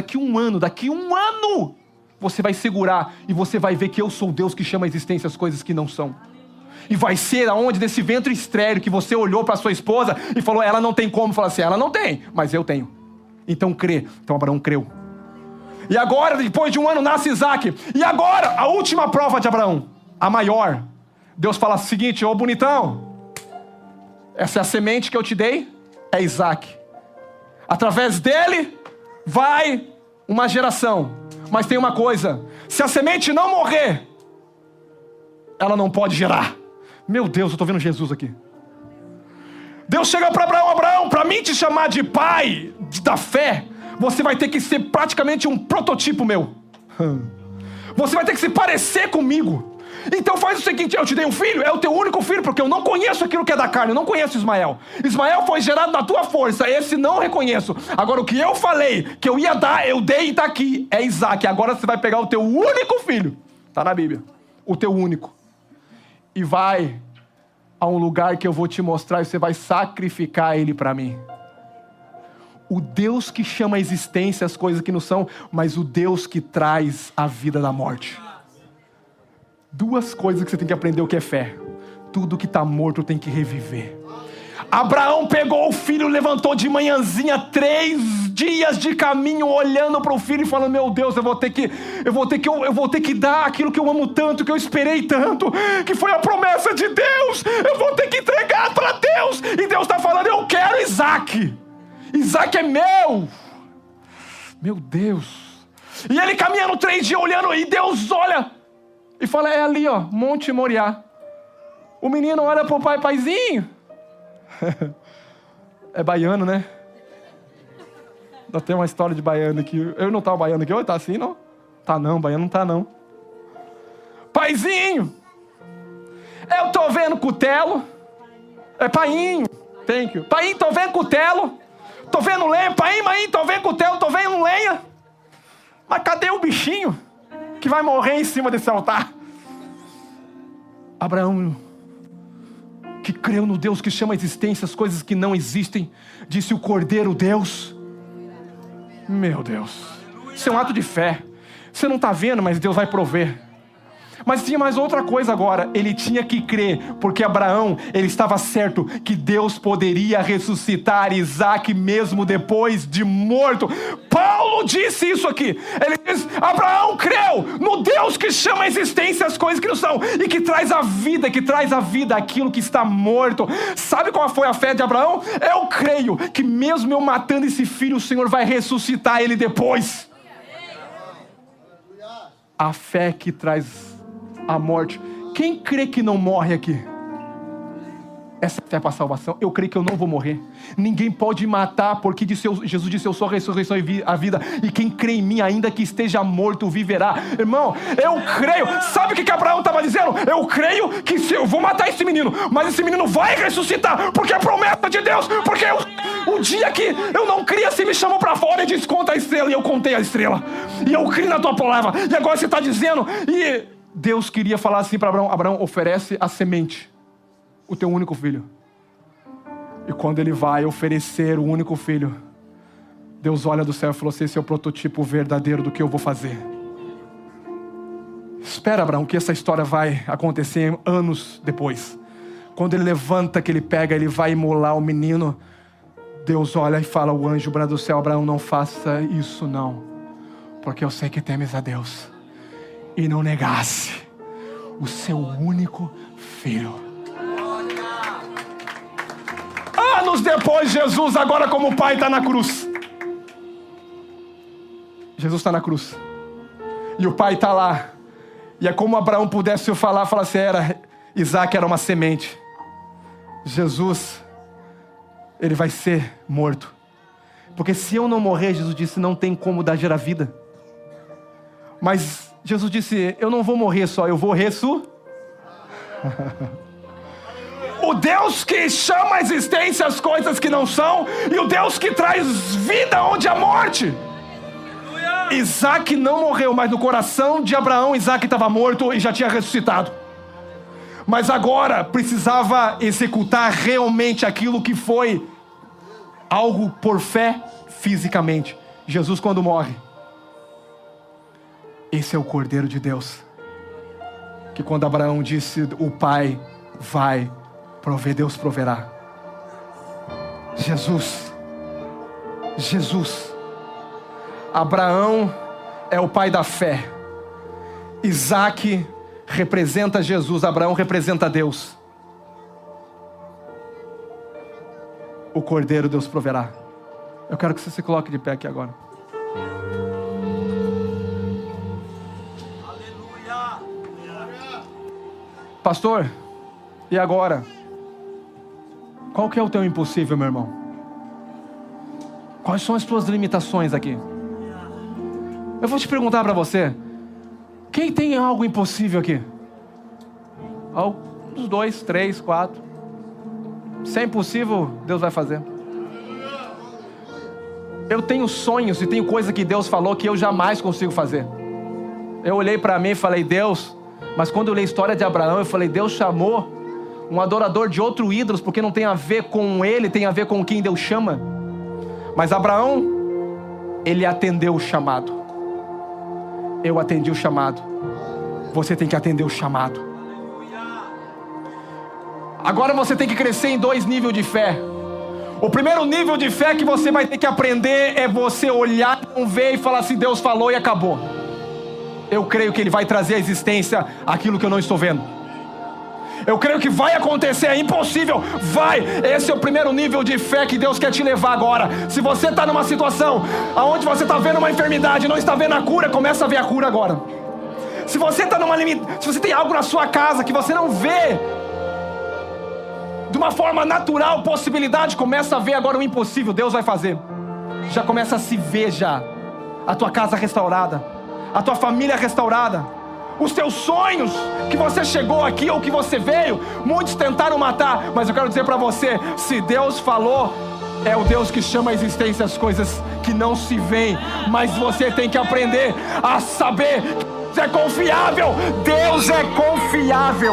Você vai segurar e você vai ver que eu sou o Deus que chama a existência as coisas que não são. E vai ser aonde desse ventre estéril que você olhou para sua esposa e falou, ela não tem como. Fala assim, ela não tem, mas eu tenho. Então crê. Então Abraão creu. E agora, depois de um ano, nasce Isaac. E agora, a última prova de Abraão, a maior. Deus fala o seguinte, ô bonitão, essa é a semente que eu te dei, é Isaac. Através dele vai uma geração. Mas tem uma coisa, se a semente não morrer, ela não pode gerar. Meu Deus, eu estou vendo Jesus aqui. Deus chega para Abraão, Abraão, para mim te chamar de pai da fé, você vai ter que ser praticamente um prototipo meu. Você vai ter que se parecer comigo. Então faz o seguinte, eu te dei um filho, é o teu único filho, porque eu não conheço aquilo que é da carne, eu não conheço Ismael. Ismael foi gerado na tua força, esse não reconheço. Agora o que eu falei, que eu ia dar, eu dei e está aqui, é Isaac. Agora você vai pegar o teu único filho, está na Bíblia, o teu único. E vai a um lugar que eu vou te mostrar e você vai sacrificar ele para mim. O Deus que chama a existência as coisas que não são, mas o Deus que traz a vida da morte. Duas coisas que você tem que aprender o que é fé. Tudo que está morto tem que reviver. Abraão pegou o filho, levantou de manhãzinha, 3 dias de caminho, olhando para o filho e falando, meu Deus, eu vou ter que dar aquilo que eu amo tanto, que eu esperei tanto, que foi a promessa de Deus, eu vou ter que entregar para Deus. E Deus está falando, eu quero Isaac. Isaac é meu. Meu Deus. E ele caminhando 3 dias olhando, e Deus olha e fala, é ali ó, Monte Moriá. O menino olha para o pai, paizinho. É baiano, né? Ainda tem uma história de baiano aqui. Eu não estava baiano aqui hoje, tá assim não? Tá não, baiano não tá não. Paizinho, eu tô vendo cutelo. É painho, thank you. Painho, tô vendo cutelo. Tô vendo lenha, painho, mãe, tô vendo cutelo, tô vendo lenha. Mas cadê o bichinho que vai morrer em cima desse altar? Abraão, que creu no Deus que chama a existência as coisas que não existem, disse o Cordeiro Deus. Meu Deus, isso é um ato de fé. Você não está vendo, mas Deus vai prover. Mas tinha mais outra coisa agora. Ele tinha que crer, porque Abraão, ele estava certo que Deus poderia ressuscitar Isaac mesmo depois de morto. Paulo disse isso aqui. Ele diz: Abraão creu no Deus que chama a existência as coisas que não são, e que traz a vida aquilo que está morto. Sabe qual foi a fé de Abraão? Eu creio que mesmo eu matando esse filho, o Senhor vai ressuscitar ele depois. A fé que traz a morte. Quem crê que não morre aqui? Essa é para a salvação. Eu creio que eu não vou morrer. Ninguém pode me matar, porque Jesus disse: eu sou a ressurreição e a vida, e quem crê em mim, ainda que esteja morto, viverá. Irmão, eu creio. Sabe o que Abraão estava dizendo? Eu creio que se eu vou matar esse menino, mas esse menino vai ressuscitar, porque é promessa de Deus. Porque o dia que eu não cria, você me chamou para fora e disse: conta a estrela, e eu contei a estrela, e eu criei na tua palavra, e agora você está dizendo. E Deus queria falar assim para Abraão: Abraão, oferece a semente, o teu único filho. E quando ele vai oferecer o único filho, Deus olha do céu e falou assim: esse é o prototipo verdadeiro do que eu vou fazer. Espera, Abraão, que essa história vai acontecer anos depois. Quando ele levanta, que ele pega, ele vai imolar o menino, Deus olha e fala: o anjo branda do céu: Abraão, não faça isso não, porque eu sei que temes a Deus, e não negasse o seu único filho. Anos depois, Jesus, agora como pai, está na cruz. Jesus está na cruz. E o pai está lá. E é como Abraão pudesse falar assim: Isaac era uma semente. Jesus, ele vai ser morto. Porque se eu não morrer, Jesus disse, não tem como dar gerar vida. Mas Jesus disse: eu não vou morrer só, eu vou O Deus que chama a existência as coisas que não são, e o Deus que traz vida onde há morte. Isaac não morreu, mas no coração de Abraão, Isaac estava morto e já tinha ressuscitado. Mas agora precisava executar realmente aquilo que foi algo por fé fisicamente. Jesus, quando morre, esse é o Cordeiro de Deus, que quando Abraão disse: o Pai vai prover, Deus proverá. Jesus. Abraão é o pai da fé. Isaac representa Jesus, Abraão representa Deus. O Cordeiro Deus proverá. Eu quero que você se coloque de pé aqui agora. Pastor, e agora? Qual que é o teu impossível, meu irmão? Quais são as tuas limitações aqui? Eu vou te perguntar para você: quem tem algo impossível aqui? Uns 2, 3, 4. Se é impossível, Deus vai fazer. Eu tenho sonhos e tenho coisa que Deus falou que eu jamais consigo fazer. Eu olhei para mim e falei: Deus. Mas quando eu li a história de Abraão, eu falei: Deus chamou um adorador de outro ídolo, porque não tem a ver com ele, tem a ver com quem Deus chama. Mas Abraão, ele atendeu o chamado. Eu atendi o chamado. Você tem que atender o chamado. Agora você tem que crescer em 2 níveis de fé. O primeiro nível de fé que você vai ter que aprender é você olhar, não ver e falar assim: Deus falou e acabou. Eu creio que Ele vai trazer à existência aquilo que eu não estou vendo. Eu creio que vai acontecer, é impossível, vai. Esse é o primeiro nível de fé que Deus quer te levar agora. Se você está numa situação onde você está vendo uma enfermidade e não está vendo a cura, começa a ver a cura agora. Se você está se você tem algo na sua casa que você não vê de uma forma natural, possibilidade, começa a ver agora o impossível. Deus vai fazer. Já começa a se ver já. A tua casa restaurada, a tua família restaurada, os teus sonhos que você chegou aqui ou que você veio, muitos tentaram matar, mas eu quero dizer para você: se Deus falou, é o Deus que chama a existência as coisas que não se veem. Mas você tem que aprender a saber que Deus é confiável. Deus é confiável.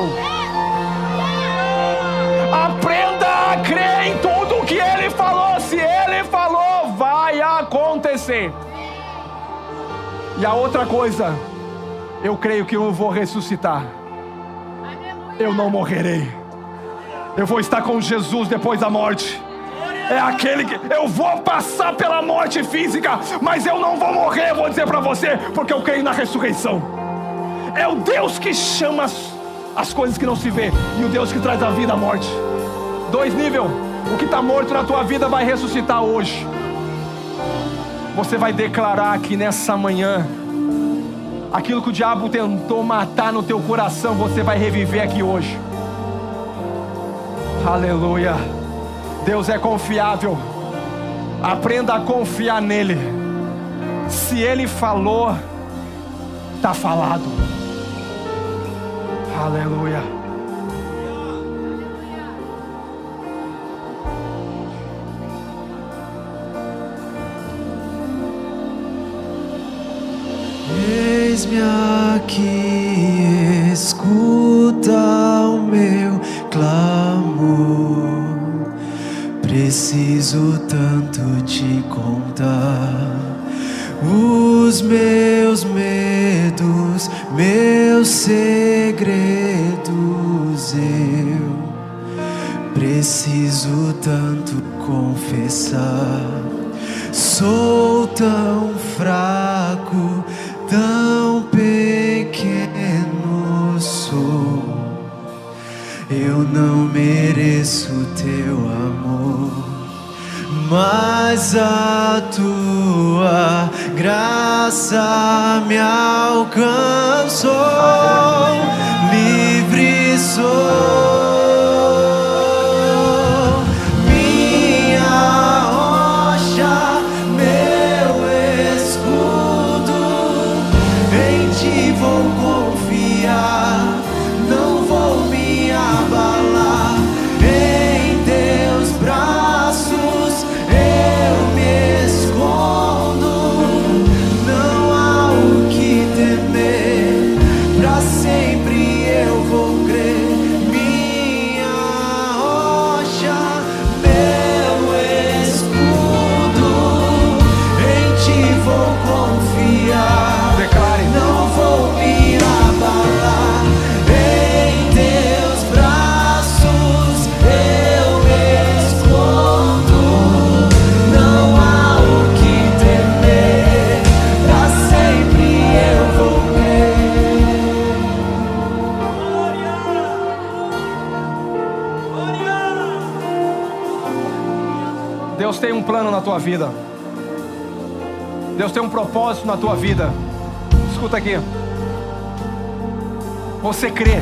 Aprenda a crer em tudo o que Ele falou. Se Ele falou, vai acontecer. E a outra coisa Eu creio que eu vou ressuscitar. Eu não morrerei. Eu vou estar com Jesus depois da morte. É aquele que eu vou passar pela morte física, mas eu não vou morrer, eu vou dizer para você, porque eu creio na ressurreição. É o Deus que chama as coisas que não se vê, e o Deus que traz a vida à morte. 2 níveis. O que está morto na tua vida vai ressuscitar hoje. Você vai declarar aqui nessa manhã, aquilo que o diabo tentou matar no teu coração, você vai reviver aqui hoje. Aleluia. Deus é confiável. Aprenda a confiar nele. Se ele falou, está falado. Aleluia. Eis-me aqui, escuta o meu clamor. Preciso tanto te contar os meus medos, meus segredos. Eu preciso tanto confessar. Sou tão fraco, tão pequeno sou. Eu não mereço teu amor, mas a tua graça me alcançou. Livre sou. Deus tem um plano na tua vida. Deus tem um propósito na tua vida. Escuta aqui. Você crê?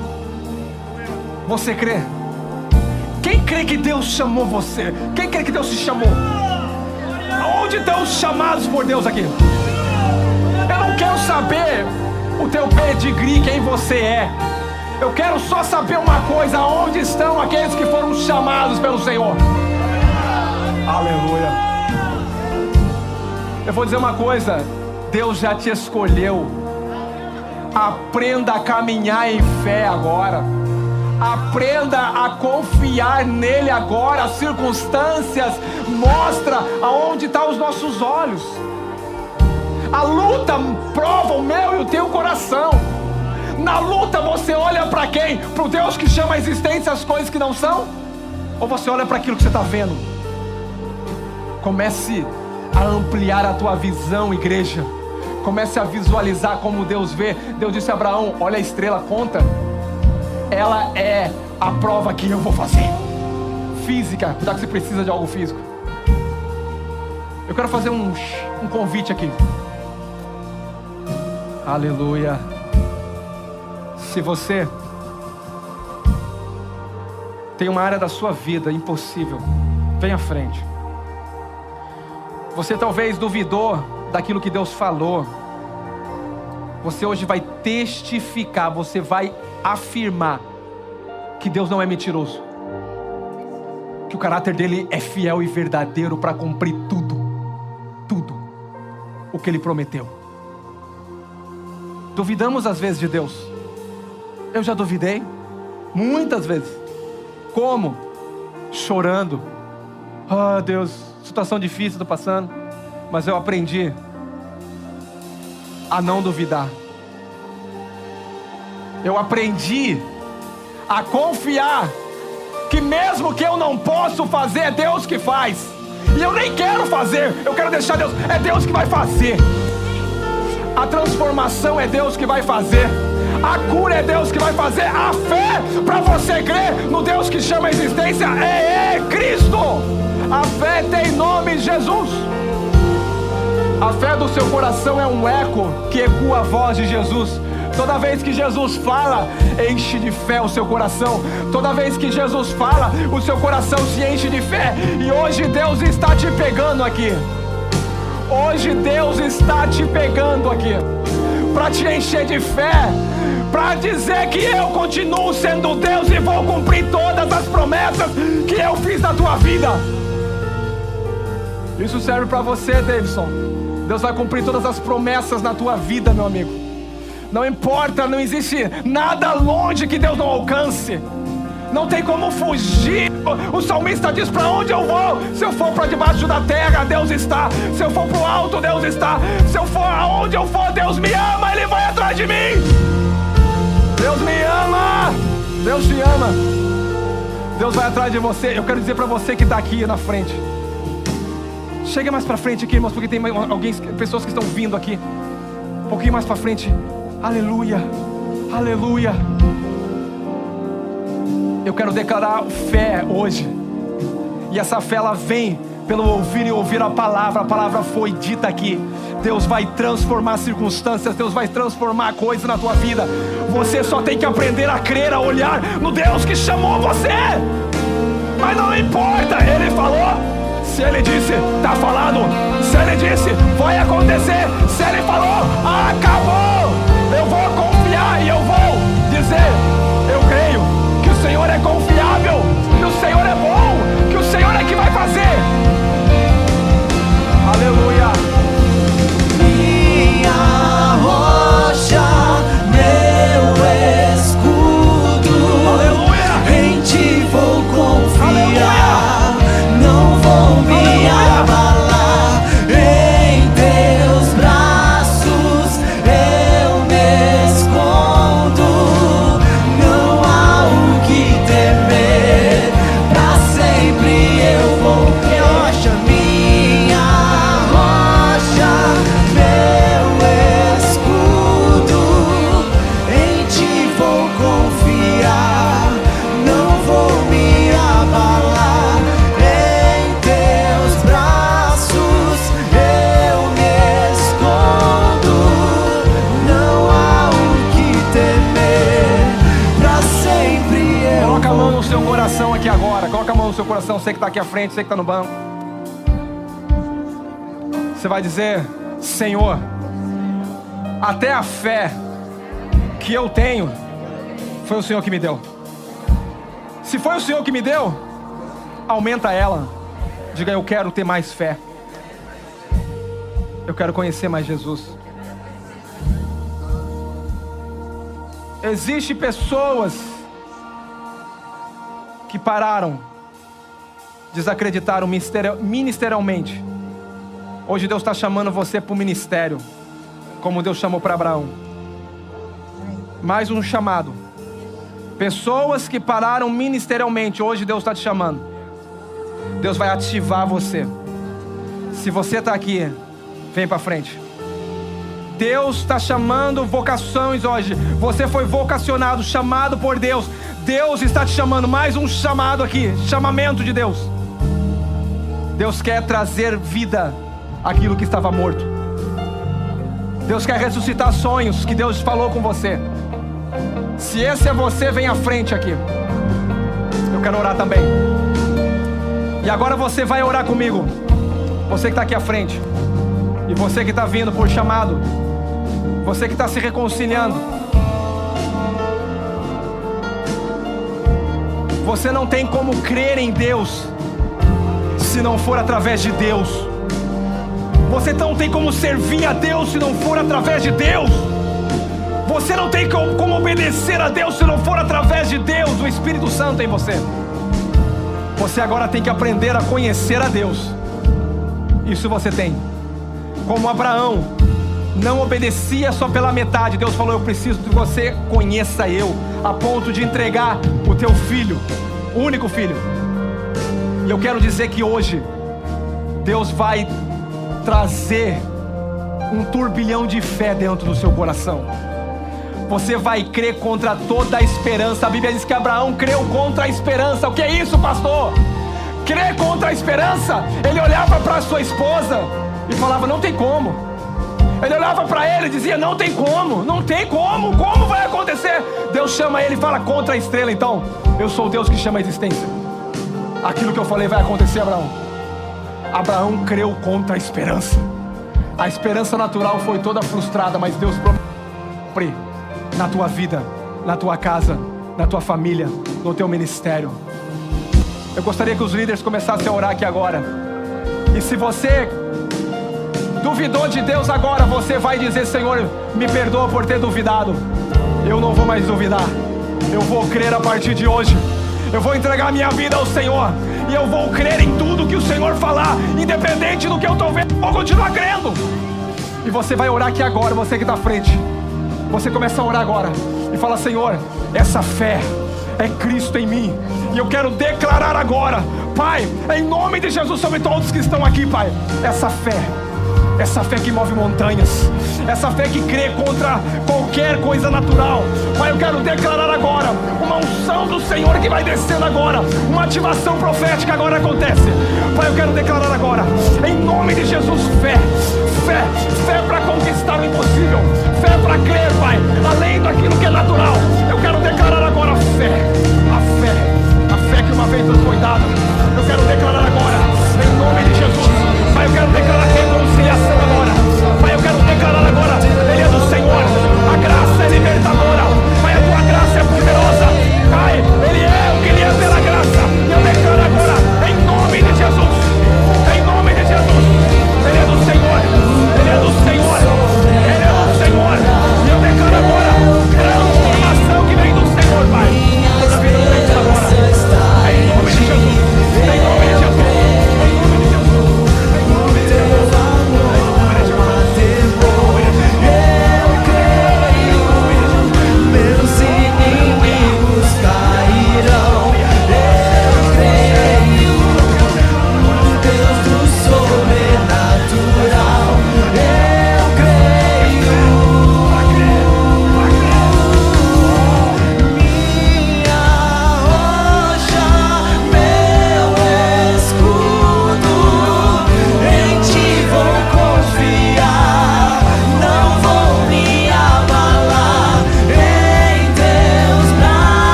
Você crê? Quem crê que Deus chamou você? Quem crê que Deus te chamou? Aonde estão os chamados por Deus aqui? Eu não quero saber o teu pedigree, quem você é. Eu quero só saber uma coisa: aonde estão aqueles que foram chamados pelo Senhor? Aleluia. Eu vou dizer uma coisa: Deus já te escolheu. Aprenda a caminhar em fé agora. Aprenda a confiar nele agora. As circunstâncias mostram aonde estão os nossos olhos. A luta prova o meu e o teu coração. Na luta você olha para quem? Para o Deus que chama a existência as coisas que não são? Ou você olha para aquilo que você está vendo? Comece a ampliar a tua visão, igreja. Comece a visualizar como Deus vê. Deus disse a Abraão: olha a estrela, conta. Ela é a prova que eu vou fazer. Física, já que você precisa de algo físico. Eu quero fazer um convite aqui. Aleluia. Se você tem uma área da sua vida impossível, vem à frente. Você talvez duvidou daquilo que Deus falou. Você hoje vai testificar, você vai afirmar que Deus não é mentiroso, que o caráter dele é fiel e verdadeiro para cumprir tudo o que ele prometeu. Duvidamos às vezes de Deus. Eu já duvidei muitas vezes. Como? Chorando. Ah, Deus, situação difícil estou passando. Mas eu aprendi a não duvidar. Eu aprendi a confiar que mesmo que eu não possa fazer, é Deus que faz. E eu nem quero fazer, eu quero deixar Deus, é Deus que vai fazer. A transformação é Deus que vai fazer. A cura é Deus que vai fazer. A fé para você crer no Deus que chama a existência é Cristo. A fé tem nome Jesus. A fé do seu coração é um eco que ecoa a voz de Jesus. Toda vez que Jesus fala, enche de fé o seu coração. Toda vez que Jesus fala, o seu coração se enche de fé. E hoje Deus está te pegando aqui. Hoje Deus está te pegando aqui para te encher de fé, para dizer que eu continuo sendo Deus e vou cumprir todas as promessas que eu fiz na tua vida. Isso serve para você, Davidson. Deus vai cumprir todas as promessas na tua vida, meu amigo. Não importa, não existe nada longe que Deus não alcance. Não tem como fugir. O salmista diz: para onde eu vou? Se eu for para debaixo da terra, Deus está. Se eu for para o alto, Deus está. Se eu for aonde eu for, Deus me ama, Ele vai atrás de mim. Deus me ama. Deus te ama. Deus vai atrás de você. Eu quero dizer para você que está aqui na frente, chega mais para frente aqui, irmãos, porque tem pessoas que estão vindo aqui. Um pouquinho mais para frente. Aleluia, aleluia. Eu quero declarar fé hoje. E essa fé, ela vem pelo ouvir e ouvir a palavra. A palavra foi dita aqui. Deus vai transformar circunstâncias. Deus vai transformar coisas na tua vida. Você só tem que aprender a crer, a olhar no Deus que chamou você. Mas não importa, Ele falou. Se Ele disse, está falado. Se Ele disse, vai acontecer. Se Ele falou, acabou. Eu vou confiar e eu vou dizer, eu creio que o Senhor é confiável, que o Senhor é bom, que o Senhor é que vai fazer. Aleluia. Minha rocha, meu escudo, aleluia. Em ti vou confiar, aleluia. Não vou me abalar. Em teus braços eu me escondo. Não há o que temer, pra sempre eu vou. Minha rocha, meu escudo, em ti vou confiar, não vou me abalar. Em teus braços eu me escondo. Não há o que temer, pra sempre eu. Coloca a mão no seu coração aqui agora. Coloca a mão no seu coração. Você que está aqui à frente, você que está no banco. Você vai dizer: Senhor, até a fé que eu tenho foi o Senhor que me deu. Se foi o Senhor que me deu, aumenta ela. Diga: eu quero ter mais fé. Eu quero conhecer mais Jesus. Existem pessoas que pararam, desacreditaram ministerialmente. Hoje Deus está chamando você para o ministério, como Deus chamou para Abraão. Mais um chamado. Pessoas que pararam ministerialmente, hoje Deus está te chamando. Deus vai ativar você. Se você está aqui, vem para frente. Deus está chamando vocações hoje. Você foi vocacionado, chamado por Deus. Deus está te chamando. Mais um chamado aqui, chamamento de Deus. Deus quer trazer vida aquilo que estava morto. Deus quer ressuscitar sonhos que Deus falou com você. Se esse é você, vem à frente aqui. Eu quero orar também. E agora você vai orar comigo. Você que está aqui à frente. E você que está vindo por chamado. Você que está se reconciliando. Você não tem como crer em Deus se não for através de Deus. Você não tem como servir a Deus se não for através de Deus. Você não tem como obedecer a Deus se não for através de Deus, do Espírito Santo em você. Você agora tem que aprender a conhecer a Deus. Isso você tem. Como Abraão, não obedecia só pela metade. Deus falou: eu preciso que você conheça eu, a ponto de entregar o teu filho, o único filho. E eu quero dizer que hoje Deus vai trazer um turbilhão de fé dentro do seu coração. Você vai crer contra toda a esperança. A Bíblia diz que Abraão creu contra a esperança. O que é isso, pastor? Crer contra a esperança. Ele olhava para sua esposa e falava: não tem como. Ele olhava para ele e dizia: não tem como, não tem como, como vai acontecer? Deus chama ele e fala: contra a estrela. Então, eu sou o Deus que chama a existência. Aquilo que eu falei vai acontecer, Abraão. Abraão creu contra a esperança. A esperança natural foi toda frustrada, mas Deus prometeu na tua vida, na tua casa, na tua família, no teu ministério. Eu gostaria que os líderes começassem a orar aqui agora. E se você duvidou de Deus agora, você vai dizer: Senhor, me perdoa por ter duvidado. Eu não vou mais duvidar. Eu vou crer a partir de hoje. Eu vou entregar minha vida ao Senhor. E eu vou crer em tudo que o Senhor falar. Independente do que eu estou vendo, eu vou continuar crendo. E você vai orar aqui agora, você que está à frente. Você começa a orar agora e fala: Senhor, essa fé é Cristo em mim. E eu quero declarar agora, Pai, em nome de Jesus, sobre todos que estão aqui, Pai, essa fé que move montanhas, essa fé que crê contra qualquer coisa natural. Pai, eu quero declarar agora uma unção do Senhor que vai descendo agora, uma ativação profética agora acontece. Pai, eu quero declarar agora, em nome de Jesus, fé para conquistar o impossível, fé para crer, Pai, além daquilo que é natural. Eu quero declarar